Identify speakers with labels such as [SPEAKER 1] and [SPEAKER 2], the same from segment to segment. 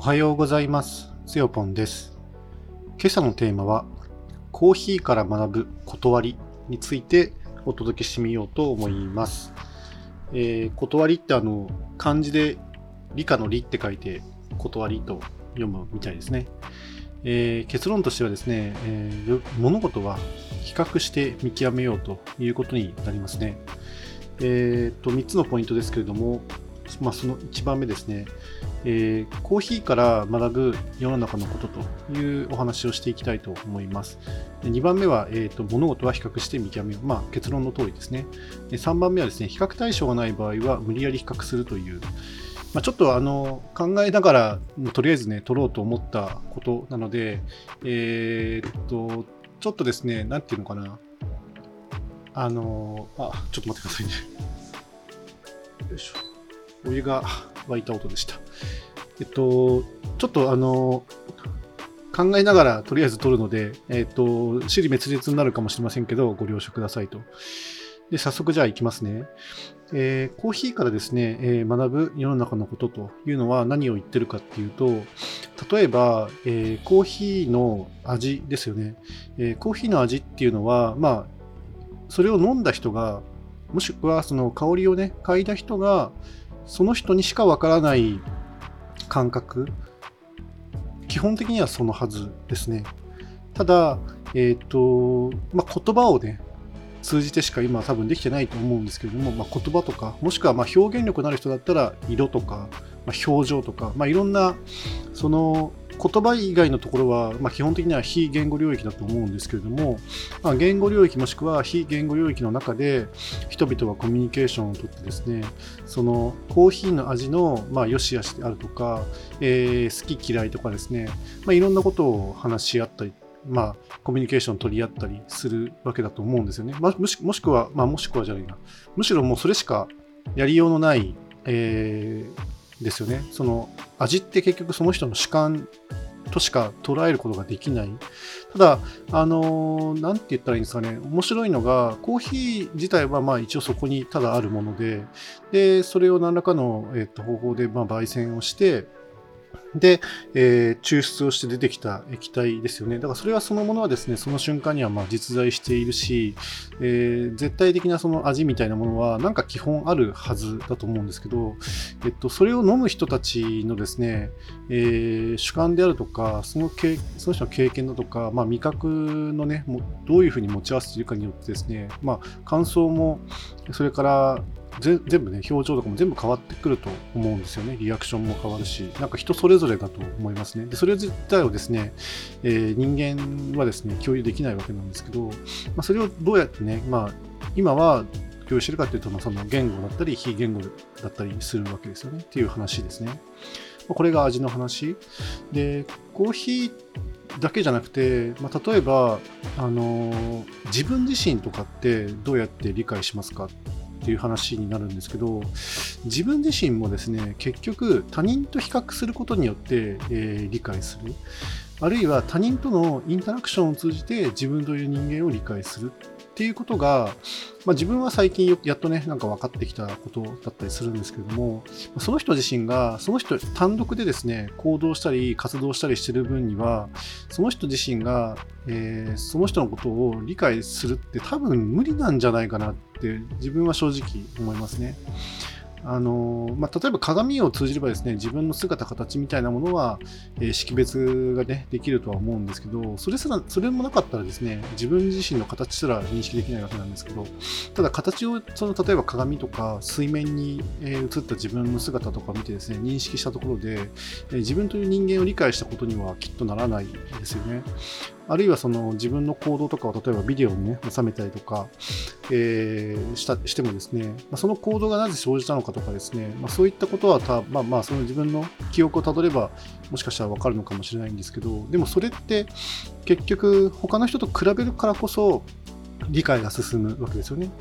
[SPEAKER 1] はようございます。つよぽんです。今朝のテーマは、コーヒーから学ぶ断りについてお届けしてみようと思います。断りって漢字で理科の理って書いて断りと読むみたいですね。結論としてはですね、物事は比較して見極めようということになりますね。3つのポイントですけれども、その1番目ですね、コーヒーから学ぶ世の中のことというお話をしていきたいと思います。2番目は、物事は比較して見極めよう。結論の通りですね。3番目はですね、比較対象がない場合は無理やり比較するという、ちょっと考えながらとりあえずね、取ろうと思ったことなので、ちょっとですね、なんていうのかな。ちょっと待ってくださいね。よいしょ。お湯が沸いた音でした。ちょっと考えながらとりあえず撮るので、支離滅裂になるかもしれませんけど、ご了承くださいと。で、早速じゃあ行きますね。コーヒーからですね、学ぶ世の中のことというのは何を言ってるかっていうと、例えば、コーヒーの味ですよね。コーヒーの味っていうのは、それを飲んだ人が、もしくはその香りをね、嗅いだ人が、その人にしかわからない感覚、基本的にはそのはずですね。ただ、言葉をね、通じてしか今多分できてないと思うんですけれども、言葉とか、もしくは表現力のある人だったら色とか、表情とか、いろんなその言葉以外のところは、基本的には非言語領域だと思うんですけれども、言語領域もしくは非言語領域の中で人々はコミュニケーションをとってですね、そのコーヒーの味の、良し悪しであるとか、好き嫌いとかですね、いろんなことを話し合ったり、コミュニケーションを取り合ったりするわけだと思うんですよね。もしくはじゃないな。むしろもうそれしかやりようのない、ですよね。その味って結局その人の主観としか捉えることができない。ただ、なんて言ったらいいんですかね。面白いのが、コーヒー自体は一応そこにただあるもので、それを何らかの、方法で焙煎をして、で、抽出をして出てきた液体ですよね。だからそれはそのものはですね、その瞬間には実在しているし、絶対的なその味みたいなものはなんか基本あるはずだと思うんですけど、それを飲む人たちのですね、主観であるとか、その人の経験だとか、味覚のね、どういうふうに持ち合わせているかによってですね、感想も、それから全部ね、表情とかも全部変わってくると思うんですよね。リアクションも変わるし、なんか人それぞれだと思いますね。で、それ自体をですね、人間はですね、共有できないわけなんですけど、それをどうやってね、今は共有してるかっていうと、その言語だったり、非言語だったりするわけですよね。っていう話ですね。これが味の話。で、コーヒーだけじゃなくて、例えば、自分自身とかってどうやって理解しますかっていう話になるんですけど、自分自身もですね、結局他人と比較することによって、理解する。あるいは他人とのインタラクションを通じて自分という人間を理解するっていうことが、自分は最近やっとね、なんか分かってきたことだったりするんですけれども、その人自身が、その人単独でですね、行動したり活動したりしてる分には、その人自身が、その人のことを理解するって多分無理なんじゃないかなって自分は正直思いますね。例えば鏡を通じればですね、自分の姿形みたいなものは、識別がね、できるとは思うんですけど、それもなかったらですね、自分自身の形すら認識できないわけなんですけど、ただ形を、例えば鏡とか水面に、映った自分の姿とか見てですね、認識したところで、自分という人間を理解したことにはきっとならないですよね。あるいはその自分の行動とかを例えばビデオにね、収めたりとか、してもですね、その行動がなぜ生じたのかとかですね、そういったことはその自分の記憶をたどればもしかしたらわかるのかもしれないんですけど、でもそれって結局他の人と比べるからこそ理解が進むわけですよね。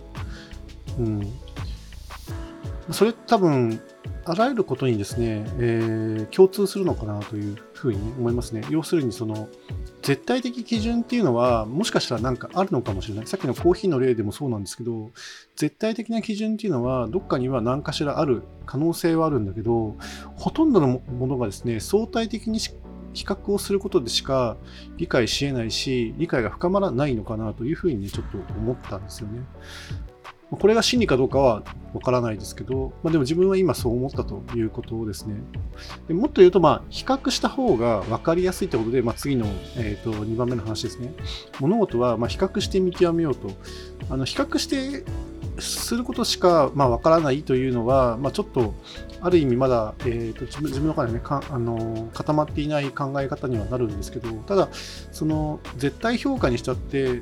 [SPEAKER 1] それ多分あらゆることにですね、共通するのかなというふうに思いますね。要するにその絶対的基準っていうのはもしかしたらなんかあるのかもしれない。さっきのコーヒーの例でもそうなんですけど、絶対的な基準っていうのはどっかには何かしらある可能性はあるんだけど、 ほとんどのものがですね、相対的に比較をすることでしか理解し得ないし、理解が深まらないのかなというふうにね、ちょっと思ったんですよね。これが真理かどうかはわからないですけど、でも自分は今そう思ったということですね。でもっと言うと、比較した方が分かりやすいということで、次の、2番目の話ですね。物事は比較して見極めようと。比較してすることしか分からないというのは、ちょっとある意味まだ、自分の中でね固まっていない考え方にはなるんですけど、ただその絶対評価にしたって、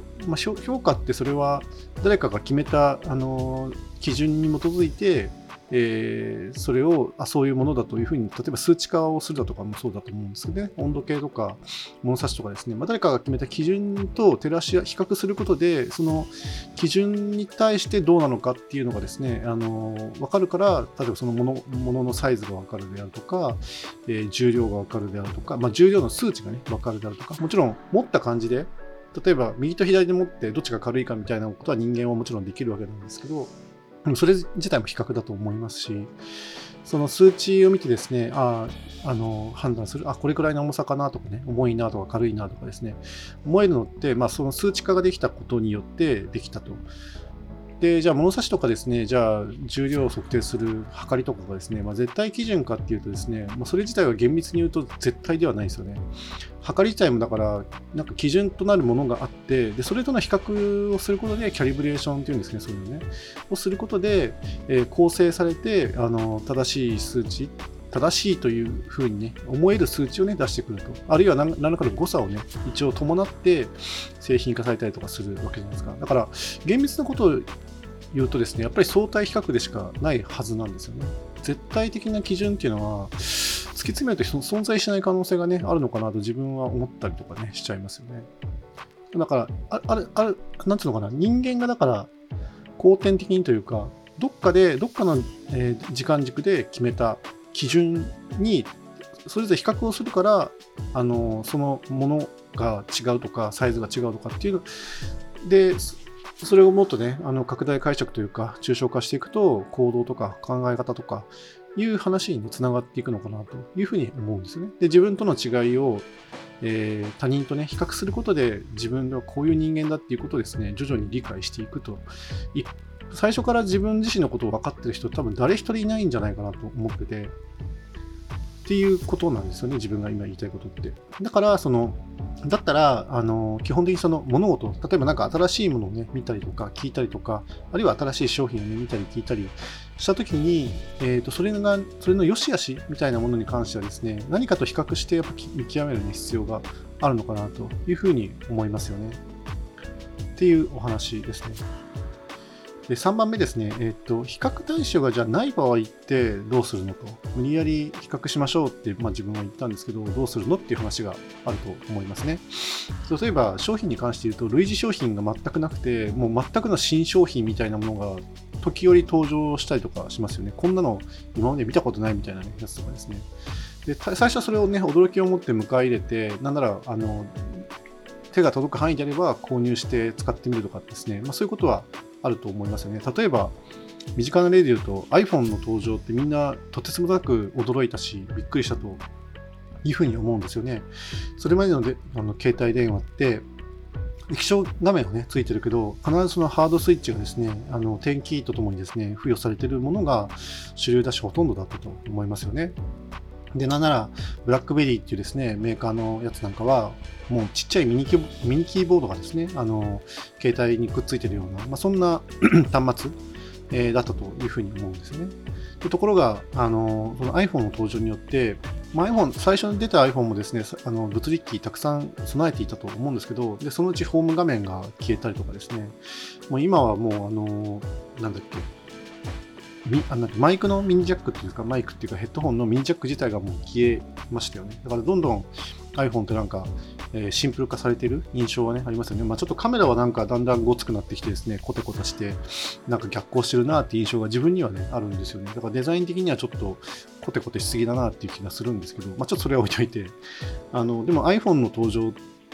[SPEAKER 1] 評価ってそれは誰かが決めた基準に基づいて、それをそういうものだというふうに、例えば数値化をするだとかもそうだと思うんですけどね、温度計とか物差しとかですね、誰かが決めた基準と照らし比較することで、その基準に対してどうなのかっていうのがですね、分かるから、例えばそのもののサイズが分かるであるとか、重量が分かるであるとか、重量の数値がね分かるであるとか、もちろん持った感じで、例えば右と左で持ってどっちが軽いかみたいなことは人間はもちろんできるわけなんですけど、それ自体も比較だと思いますし、その数値を見てですね、判断する、これくらいの重さかなとかね、重いなとか軽いなとかですね、思えるのって、その数値化ができたことによってできたと。で、じゃあ物差しとかですね、じゃあ重量を測定する測りとかがですね、絶対基準かっていうとですね、それ自体は厳密に言うと絶対ではないですよね。測り自体もだから、なんか基準となるものがあって、でそれとの比較をすることで、キャリブレーションっていうんですね、そういうのね、をすることで、構成されて、正しい数値、正しいというふうにね、思える数値をね、出してくると。あるいは何らかの誤差をね、一応伴って製品化されたりとかするわけじゃないですか。だから、厳密なことを言うとですね、やっぱり相対比較でしかないはずなんですよね。絶対的な基準っていうのは、突き詰めると存在しない可能性がね、あるのかなと自分は思ったりとかね、しちゃいますよね。だから、なんていうのかな、人間がだから、後天的にというか、どっかの、時間軸で決めた基準に、それぞれ比較をするから、そのものが違うとか、サイズが違うとかっていうので、それをもっとね、拡大解釈というか、抽象化していくと、行動とか考え方とかいう話につながっていくのかなというふうに思うんですね。で、自分との違いを、他人とね、比較することで、自分がこういう人間だっていうことをですね、徐々に理解していくと。最初から自分自身のことを分かってる人、多分誰一人いないんじゃないかなと思ってて、っていうことなんですよね、自分が今言いたいことって。だから、だったら、基本的にその物事、例えばなんか新しいものをね、見たりとか聞いたりとか、あるいは新しい商品をね、見たり聞いたりしたときに、それの良し悪しみたいなものに関してはですね、何かと比較してやっぱ見極める、ね、必要があるのかなというふうに思いますよね。っていうお話ですね。で3番目ですね、比較対象がじゃない場合ってどうするのと、無理やり比較しましょうって、自分は言ったんですけど、どうするのっていう話があると思いますね。例えば商品に関して言うと、類似商品が全くなくて、もう全くの新商品みたいなものが時折登場したりとかしますよね。こんなの今まで見たことないみたいな、やつとかですね。で最初はそれをね、驚きを持って迎え入れて、なんなら手が届く範囲であれば購入して使ってみるとかですね、そういうことはあると思いますよね。例えば、身近な例で言うと iPhone の登場ってみんなとてつもなく驚いたし、びっくりしたというふうに思うんですよね。それまでの携帯電話って、液晶画面がね、ついてるけど、必ずそのハードスイッチがですね、点キーとともにですね、付与されているものが主流だし、ほとんどだったと思いますよね。で、なんなら、ブラックベリーっていうですね、メーカーのやつなんかは、もうちっちゃいミニキーボードがですね、携帯にくっついてるような、そんな端末、だったというふうに思うんですね。でところが、その iPhone の登場によって、最初に出た iPhone もですね、物理機たくさん備えていたと思うんですけど、でそのうちホーム画面が消えたりとかですね、もう今はもう、なんだっけ、マイクのミニジャックっていうか、マイクっていうかヘッドホンのミニジャック自体がもう消えましたよね。だからどんどん iPhone ってなんか、シンプル化されている印象はね、ありますよね。ちょっとカメラはなんかだんだんごつくなってきてですね、コテコテして、なんか逆行してるなっていう印象が自分にはね、あるんですよね。だからデザイン的にはちょっとコテコテしすぎだなっていう気がするんですけど、ちょっとそれは置いといて、でも iPhone の登場、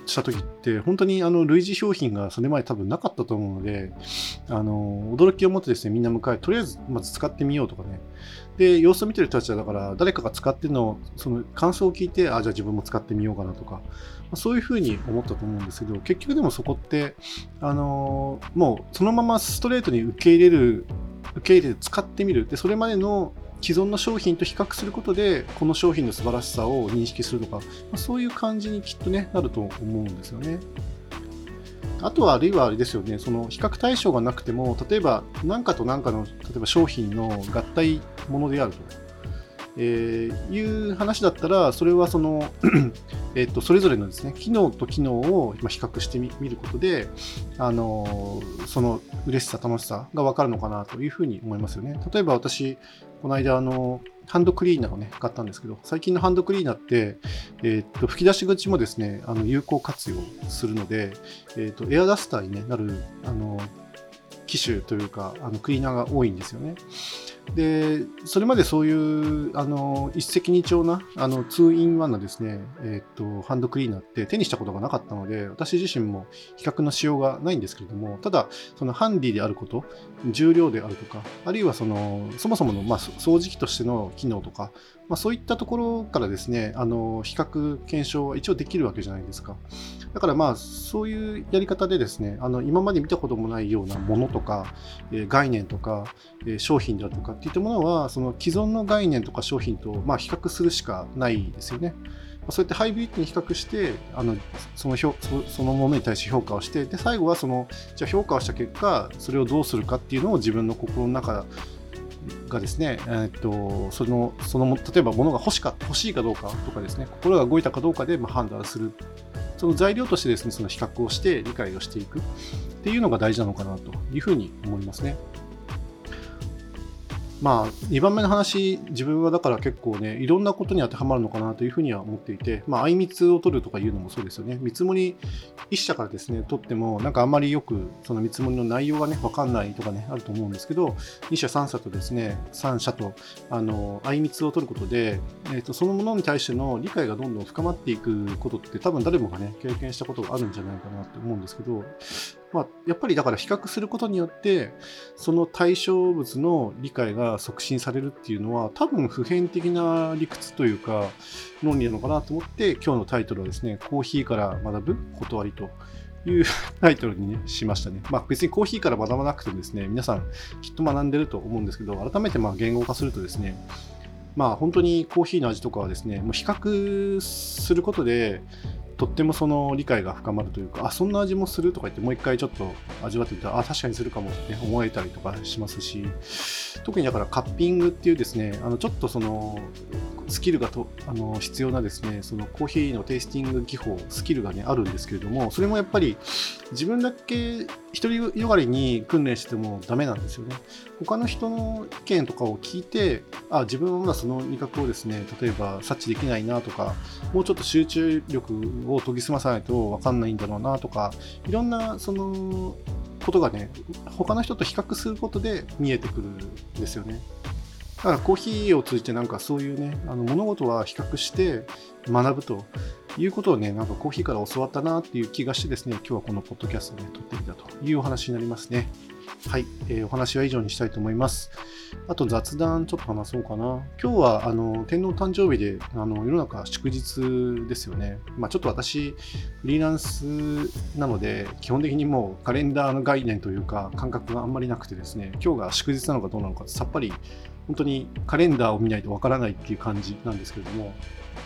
[SPEAKER 1] した時って本当に類似商品がそれまで多分なかったと思うので、驚きを持ってですね、みんな迎え、とりあえずまず使ってみようとかね。で、様子を見てる人たちはだから誰かが使ってるのを、その感想を聞いて、じゃあ自分も使ってみようかなとか、そういうふうに思ったと思うんですけど、結局でもそこって、もうそのままストレートに受け入れて使ってみる。で、それまでの既存の商品と比較することで、この商品の素晴らしさを認識するとか、そういう感じにきっとね、なると思うんですよね。あとは、あるいはあれですよね、その比較対象がなくても、例えば何かと何かの、例えば商品の合体ものであると、いう話だったら、それはその、それぞれのですね、機能と機能を比較してみることで、その嬉しさ、楽しさが分かるのかなというふうに思いますよね。例えば私、この間、ハンドクリーナーをね、買ったんですけど、最近のハンドクリーナーって、吹き出し口もですね、有効活用するので、エアダスターに、ね、なる、機種というか、クリーナーが多いんですよね。で、それまでそういう一石二鳥な2-in-1のですね、ハンドクリーナーって手にしたことがなかったので、私自身も比較のしようがないんですけれども、ただ、そのハンディであること、重量であるとか、あるいはそもそもの、掃除機としての機能とか、そういったところからですね、比較検証は一応できるわけじゃないですか。だからそういうやり方でですね、今まで見たこともないようなものとか、概念とか、商品であるとかっていったものは、その既存の概念とか商品と比較するしかないですよね。そうやってハイブリッドに比較して、そのものに対して評価をして、で、最後はじゃあ評価をした結果、それをどうするかっていうのを自分の心の中がですね、例えば物が欲しいかどうかとかですね、心が動いたかどうかで判断する。その材料としてですね、その比較をして理解をしていくっていうのが大事なのかなというふうに思いますね。2番目の話、自分はだから結構ね、いろんなことに当てはまるのかなというふうには思っていて、相密を取るとかいうのもそうですよね。見積もり1社からですね、取っても、なんかあんまりよくその見積もりの内容がね、わかんないとかね、あると思うんですけど、2社3社とですね、3社と、相密を取ることで、そのものに対しての理解がどんどん深まっていくことって多分誰もがね、経験したことがあるんじゃないかなと思うんですけど、やっぱりだから比較することによって、その対象物の理解が促進されるっていうのは、多分普遍的な理屈というか、論理なのかなと思って、今日のタイトルはですね、コーヒーから学ぶ断りというタイトルに、ね、しましたね。別にコーヒーから学ばなくてもですね、皆さんきっと学んでると思うんですけど、改めて言語化するとですね、本当にコーヒーの味とかはですね、もう比較することで、とってもその理解が深まるというか、そんな味もするとか言ってもう一回ちょっと味わってみたら、確かにするかもって思えたりとかしますし、特にだからカッピングっていうですね、ちょっとそのスキルが必要なですね、そのコーヒーのテイスティング技法、スキルがね、あるんですけれども、それもやっぱり自分だけ一人よがりに訓練してもダメなんですよね。他の人の意見とかを聞いて、自分はまだその味覚をですね、例えば察知できないなとか、もうちょっと集中力を研ぎ澄まさないと分かんないんだろうなとか、いろんなそのことがね、他の人と比較することで見えてくるんですよね。だからコーヒーを通じてなんかそういうね、物事は比較して学ぶということをね、なんかコーヒーから教わったなっていう気がしてですね、今日はこのポッドキャストをね、撮ってみたというお話になりますね。はい、お話は以上にしたいと思います。あと雑談ちょっと話そうかな。今日は天皇誕生日で世の中祝日ですよね。ちょっと私フリーランスなので基本的にもうカレンダーの概念というか感覚があんまりなくてですね、今日が祝日なのかどうなのかさっぱり本当にカレンダーを見ないとわからないっていう感じなんですけれども、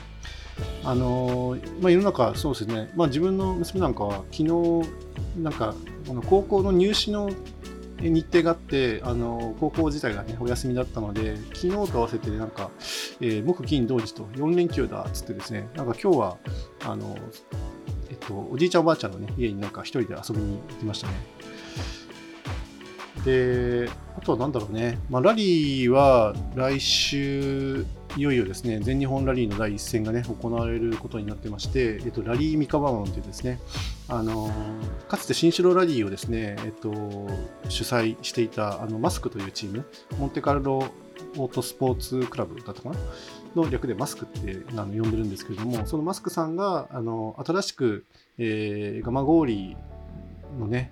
[SPEAKER 1] 世の中そうですね、自分の娘なんかは昨日なんか高校の入試の日程があって、高校自体がね、お休みだったので、昨日と合わせてなんか、木金土日と4連休だっつってですね、なんか今日は、おじいちゃんおばあちゃんのね、家になんか一人で遊びに行きましたね。で、あとはなんだろうね、ラリーは来週いよいよですね、全日本ラリーの第一戦がね、行われることになってまして、ラリー三河湾というですね、かつて新城ラリーをですね、主催していたマスクというチーム、モンテカルロオートスポーツクラブだったかなの略でマスクって呼んでるんですけれども、そのマスクさんが新しく、蒲郡のね、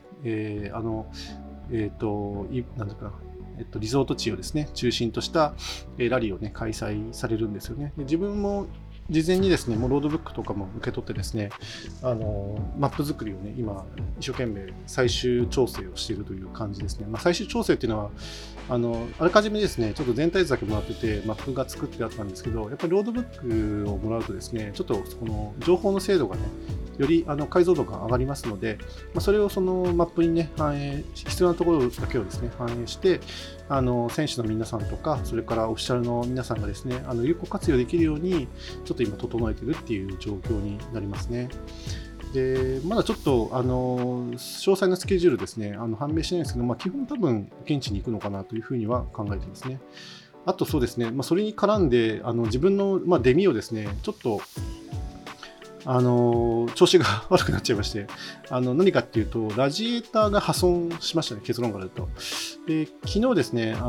[SPEAKER 1] なんだかな、リゾート地をですね中心としたラリーをね開催されるんですよね。で自分も事前にですねもうロードブックとかも受け取ってですねマップ作りをね今一生懸命最終調整をしているという感じですね。最終調整っていうのはあらかじめですねちょっと全体図だけもらっててマップが作ってあったんですけど、やっぱりロードブックをもらうとですねちょっとこの情報の精度がねより解像度が上がりますので、それをそのマップにね必要なところだけをですね反映して選手の皆さんとかそれからオフィシャルの皆さんがですね有効活用できるようにちょっと今整えているっていう状況になりますね。でまだちょっと詳細なスケジュールですね判明してないんですけど、基本多分現地に行くのかなというふうには考えていますね。あとそうですね、それに絡んで自分の、デミをですねちょっと調子が悪くなっちゃいまして、何かっていうと、ラジエーターが破損しましたね、結論から言うと。で、昨日ですね、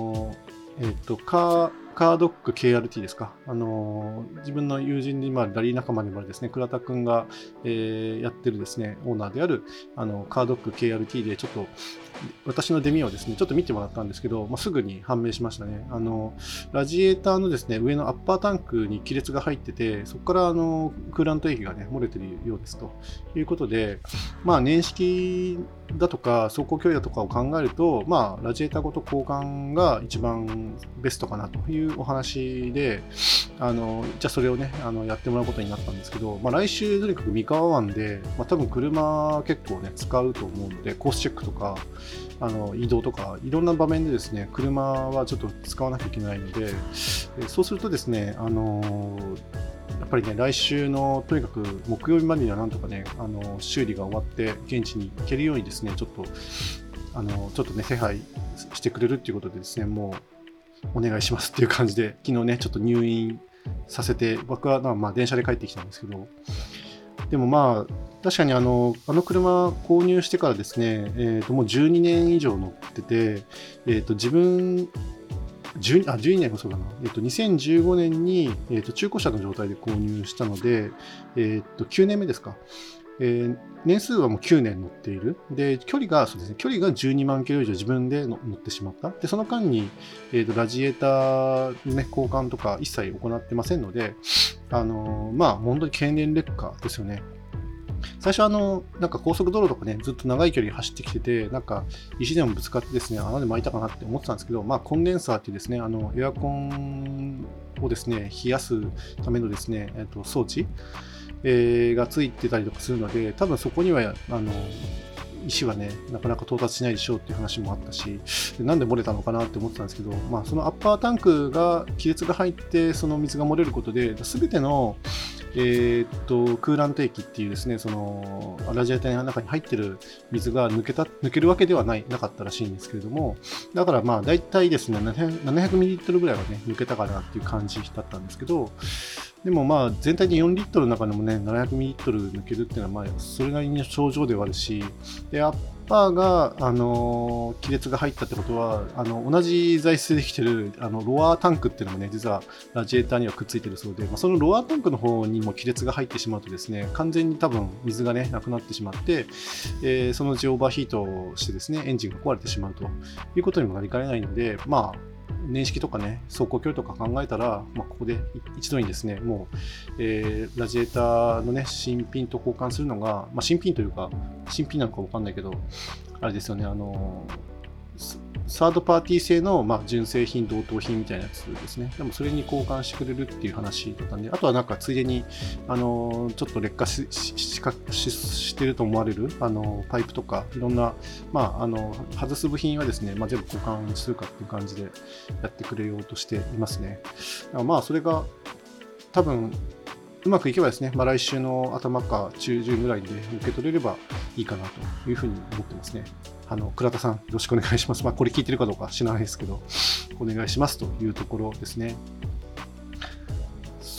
[SPEAKER 1] カードック KRT ですか。自分の友人で今、ラリー仲間でもあるですね、倉田くんが、やってるですね、オーナーである、カードック KRT でちょっと、私のデミをですね、ちょっと見てもらったんですけど、すぐに判明しましたね。ラジエーターのですね、上のアッパータンクに亀裂が入ってて、そこからクーラント液がね、漏れてるようですということで、年式だとか走行距離だとかを考えると、ラジエーターごと交換が一番ベストかなというお話で、じゃあそれをね、やってもらうことになったんですけど、来週とにかく三河湾で、多分車結構ね、使うと思うので、コースチェックとか、移動とか、いろんな場面でですね、車はちょっと使わなきゃいけないので、そうするとですね、やっぱりね、来週のとにかく木曜日までにはなんとかね、修理が終わって現地に行けるようにですね、ちょっとね、手配してくれるっていうことでですね、もうお願いしますっていう感じで、昨日ね、ちょっと入院させて、僕は電車で帰ってきたんですけど、でも確かに車購入してからですね、もう12年以上乗ってて、自分、12年もそうだな。2015年に、中古車の状態で購入したので、9年目ですか。年数はもう9年乗っている。で、距離が12万キロ以上自分で乗ってしまった。で、その間に、ラジエーターのね、交換とか一切行ってませんので、本当に経年劣化ですよね。最初なんか高速道路とかね、ずっと長い距離走ってきてて、なんか石でもぶつかってですね、穴で巻いたかなって思ってたんですけど、コンデンサーっていうですね、エアコンをですね、冷やすためのですね、装置、がついてたりとかするので、多分そこには、石はね、なかなか到達しないでしょうっていう話もあったし、なんで漏れたのかなって思ってたんですけど、そのアッパータンクが亀裂が入って、その水が漏れることで、すべてのクーラント液っていうですね、そのラジエーターの中に入ってる水が抜けるわけではなかったらしいんですけれども、だから大体ですね、700ミリリットルぐらいはね、抜けたかなっていう感じだったんですけど、でも全体で4リットルの中でもね、700ミリリットル抜けるっていうのはそれなりに症状ではあるし、で、アッパーが、亀裂が入ったってことは、同じ材質でできてる、ロアータンクっていうのもね、実はラジエーターにはくっついてるそうで、そのロアータンクの方にも亀裂が入ってしまうとですね、完全に多分水がね、なくなってしまって、そのうちオーバーヒートをしてですね、エンジンが壊れてしまうということにもなりかねないので、年式とかね、走行距離とか考えたら、ここで一度にですね、もう、ラジエーターのね、新品と交換するのが、新品というか、新品なのかわかんないけど、あれですよね、サードパーティー製の、純正品、同等品みたいなやつですね。でもそれに交換してくれるっていう話だったんで、あとはなんかついでに、ちょっと劣化してると思われる、パイプとか、いろんな、外す部品はですね、全部交換するかっていう感じでやってくれようとしていますね。それが多分、うまくいけばですね、来週の頭か中旬ぐらいで受け取れればいいかなというふうに思ってますね。倉田さん、よろしくお願いします。これ聞いてるかどうか知らないですけど、お願いしますというところですね。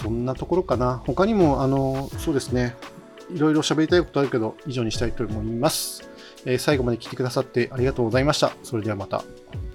[SPEAKER 1] そんなところかな。他にも、そうですね。いろいろ喋りたいことあるけど、以上にしたいと思います。最後まで聞いてくださってありがとうございました。それではまた。